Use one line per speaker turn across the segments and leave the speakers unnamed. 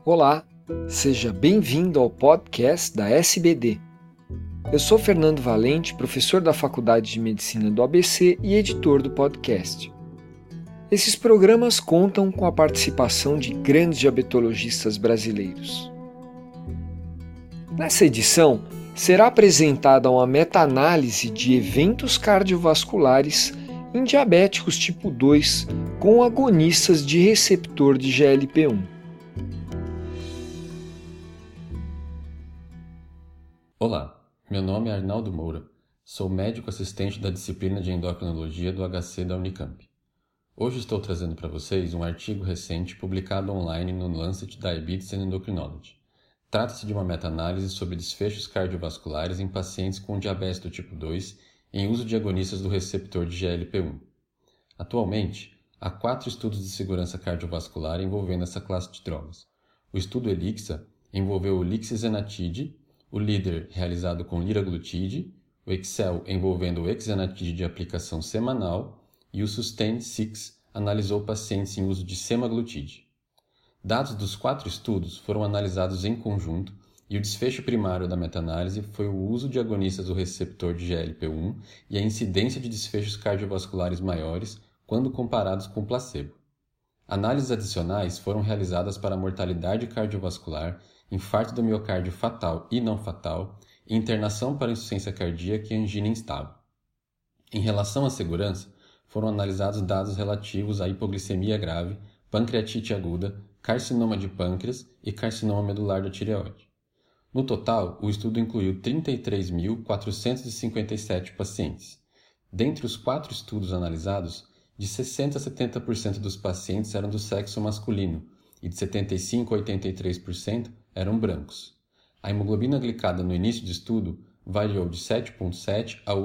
Olá, seja bem-vindo ao podcast da SBD. Eu sou Fernando Valente, professor da Faculdade de Medicina do ABC e editor do podcast. Esses programas contam com a participação de grandes diabetologistas brasileiros. Nessa edição, será apresentada uma meta-análise de eventos cardiovasculares em diabéticos tipo 2 com agonistas de receptor de GLP-1.
Olá, meu nome é Arnaldo Moura, sou médico assistente da disciplina de endocrinologia do HC da Unicamp. Hoje estou trazendo para vocês um artigo recente publicado online no Lancet Diabetes and Endocrinology. Trata-se de uma meta-análise sobre desfechos cardiovasculares em pacientes com diabetes do tipo 2 em uso de agonistas do receptor de GLP-1. Atualmente, há 4 estudos de segurança cardiovascular envolvendo essa classe de drogas. O estudo ELIXA envolveu o lixazenatide, o LEADER realizado com liraglutide, o EXCEL envolvendo o exenatide de aplicação semanal e o SUSTAIN-6 analisou pacientes em uso de semaglutide. Dados dos 4 estudos foram analisados em conjunto e o desfecho primário da meta-análise foi o uso de agonistas do receptor de GLP-1 e a incidência de desfechos cardiovasculares maiores quando comparados com placebo. Análises adicionais foram realizadas para mortalidade cardiovascular, infarto do miocárdio fatal e não fatal, e internação para insuficiência cardíaca e angina instável. Em relação à segurança, foram analisados dados relativos à hipoglicemia grave, pancreatite aguda, carcinoma de pâncreas e carcinoma medular da tireoide. No total, o estudo incluiu 33.457 pacientes. Dentre os 4 estudos analisados, de 60% a 70% dos pacientes eram do sexo masculino e de 75% a 83% eram brancos. A hemoglobina glicada no início do estudo variou de 7,7% a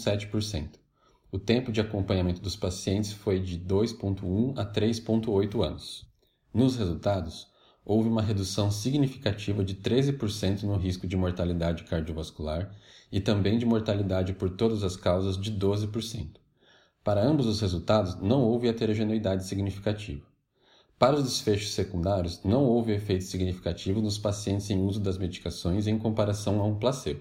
8,7%. O tempo de acompanhamento dos pacientes foi de 2,1 a 3,8 anos. Nos resultados, houve uma redução significativa de 13% no risco de mortalidade cardiovascular e também de mortalidade por todas as causas de 12%. Para ambos os resultados, não houve heterogeneidade significativa. Para os desfechos secundários, não houve efeito significativo nos pacientes em uso das medicações em comparação a um placebo.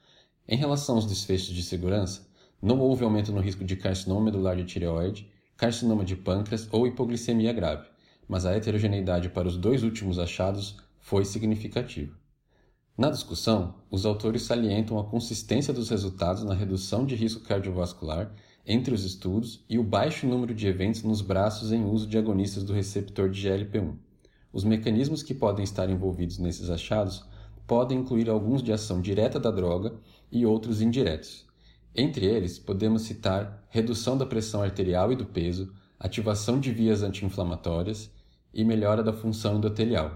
Em relação aos desfechos de segurança, não houve aumento no risco de carcinoma medular de tireoide, carcinoma de pâncreas ou hipoglicemia grave, mas a heterogeneidade para os 2 últimos achados foi significativa. Na discussão, os autores salientam a consistência dos resultados na redução de risco cardiovascular entre os estudos e o baixo número de eventos nos braços em uso de agonistas do receptor de GLP-1. Os mecanismos que podem estar envolvidos nesses achados podem incluir alguns de ação direta da droga e outros indiretos. Entre eles, podemos citar redução da pressão arterial e do peso, ativação de vias anti-inflamatórias e melhora da função endotelial.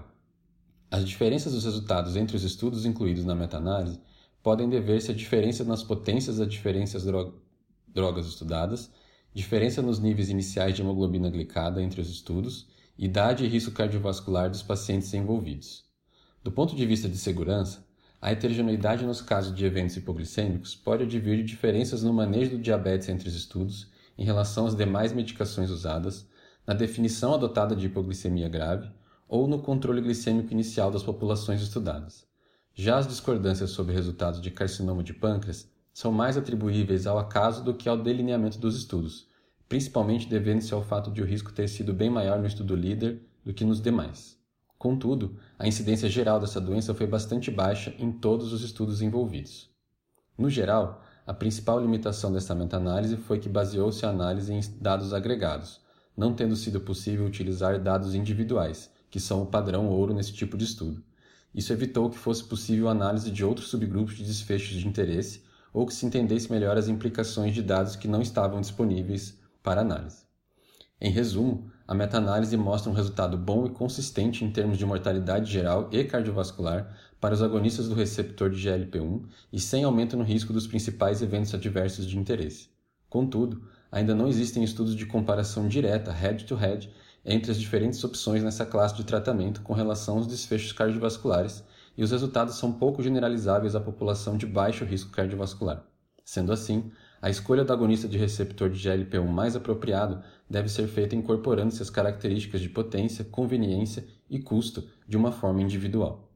As diferenças dos resultados entre os estudos incluídos na meta-análise podem dever-se a diferenças nas potências das diferentes drogas estudadas, diferença nos níveis iniciais de hemoglobina glicada entre os estudos, idade e risco cardiovascular dos pacientes envolvidos. Do ponto de vista de segurança, a heterogeneidade nos casos de eventos hipoglicêmicos pode advir de diferenças no manejo do diabetes entre os estudos em relação às demais medicações usadas, na definição adotada de hipoglicemia grave ou no controle glicêmico inicial das populações estudadas. Já as discordâncias sobre resultados de carcinoma de pâncreas são mais atribuíveis ao acaso do que ao delineamento dos estudos, principalmente devendo-se ao fato de o risco ter sido bem maior no estudo LEADER do que nos demais. Contudo, a incidência geral dessa doença foi bastante baixa em todos os estudos envolvidos. No geral, a principal limitação desta meta-análise foi que baseou-se a análise em dados agregados, não tendo sido possível utilizar dados individuais, que são o padrão ouro nesse tipo de estudo. Isso evitou que fosse possível a análise de outros subgrupos de desfechos de interesse ou que se entendesse melhor as implicações de dados que não estavam disponíveis para análise. Em resumo, a meta-análise mostra um resultado bom e consistente em termos de mortalidade geral e cardiovascular para os agonistas do receptor de GLP-1 e sem aumento no risco dos principais eventos adversos de interesse. Contudo, ainda não existem estudos de comparação direta, head-to-head, entre as diferentes opções nessa classe de tratamento com relação aos desfechos cardiovasculares e os resultados são pouco generalizáveis à população de baixo risco cardiovascular. Sendo assim, a escolha do agonista de receptor de GLP-1 mais apropriado deve ser feita incorporando-se as características de potência, conveniência e custo de uma forma individual.